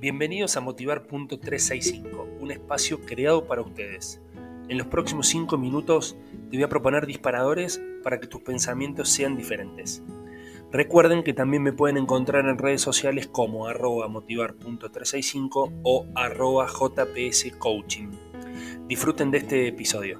Bienvenidos a Motivar.365, un espacio creado para ustedes. En los próximos 5 minutos te voy a proponer disparadores para que tus pensamientos sean diferentes. Recuerden que también me pueden encontrar en redes sociales como @motivar.365 o @jpscoaching. Disfruten de este episodio.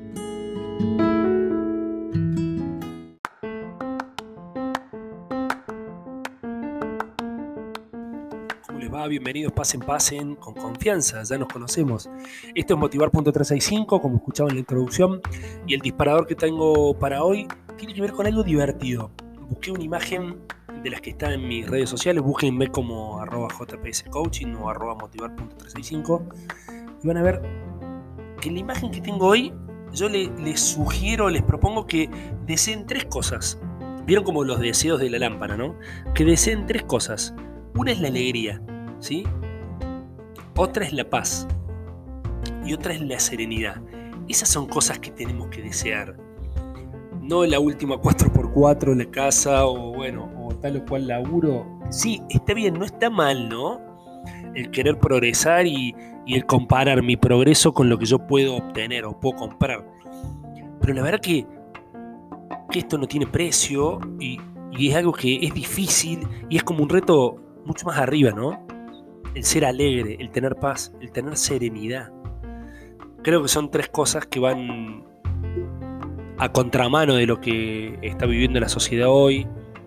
¿Cómo les va? Bienvenidos, pasen con confianza, ya nos conocemos. Esto es Motivar.365, como escuchaba en la introducción, y el disparador que tengo para hoy tiene que ver con algo divertido. Busqué una imagen de las que están en mis redes sociales, búsquenme como @jpscoaching o @motivar.365 y van a ver que en la imagen que tengo hoy yo les sugiero, les propongo que deseen 3 cosas. Vieron como los deseos de la lámpara, ¿no? Que deseen 3 cosas. Una es la alegría, ¿sí? Otra es la paz y otra es la serenidad. Esas son cosas que tenemos que desear. No la última 4x4, la casa o tal o cual laburo. Sí, está bien, no está mal, ¿no? El querer progresar y el comparar mi progreso con lo que yo puedo obtener o puedo comprar. Pero la verdad que esto no tiene precio y es algo que es difícil y es como un reto mucho más arriba, ¿no? El ser alegre, el tener paz, el tener serenidad. Creo que son 3 cosas que van a contramano de lo que está viviendo la sociedad hoy.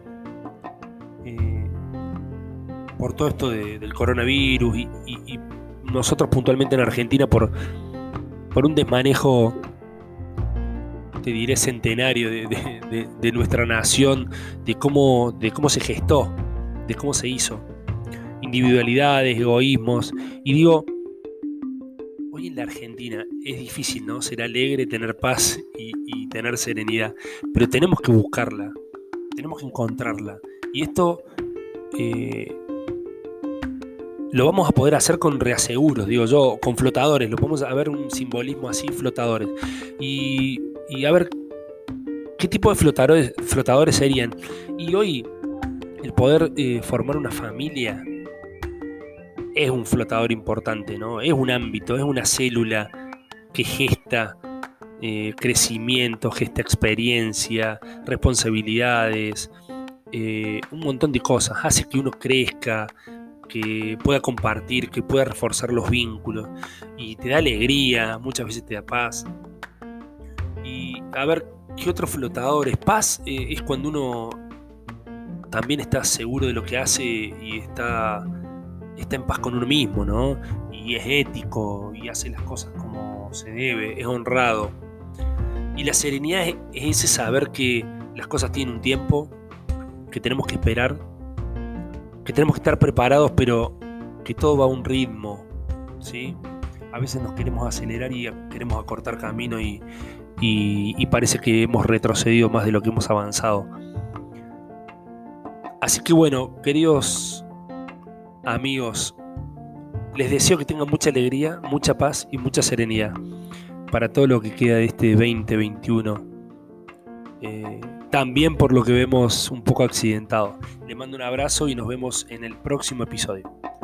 Por todo esto del coronavirus y nosotros puntualmente en Argentina por un desmanejo, te diré, centenario de nuestra nación, de cómo se gestó, de cómo se hizo, individualidades, egoísmos, y digo, hoy en la Argentina es difícil, ¿no? Ser alegre, tener paz y tener serenidad, pero tenemos que buscarla, tenemos que encontrarla, y esto lo vamos a poder hacer con reaseguros, digo yo, con flotadores, lo podemos a ver un simbolismo así, flotadores, y a ver qué tipo de flotadores serían, y hoy el poder formar una familia es un flotador importante, ¿no? Es un ámbito, es una célula que gesta crecimiento, gesta experiencia, responsabilidades, un montón de cosas. Hace que uno crezca, que pueda compartir, que pueda reforzar los vínculos y te da alegría, muchas veces te da paz. Y a ver, ¿qué otros flotadores? Paz es cuando uno también está seguro de lo que hace y está en paz con uno mismo, ¿no? Y es ético y hace las cosas como se debe, es honrado. Y la serenidad es ese saber que las cosas tienen un tiempo, que tenemos que esperar, que tenemos que estar preparados, pero que todo va a un ritmo, ¿sí? A veces nos queremos acelerar y queremos acortar camino y parece que hemos retrocedido más de lo que hemos avanzado. Así que bueno, queridos amigos, les deseo que tengan mucha alegría, mucha paz y mucha serenidad para todo lo que queda de este 2021. También por lo que vemos un poco accidentado. Les mando un abrazo y nos vemos en el próximo episodio.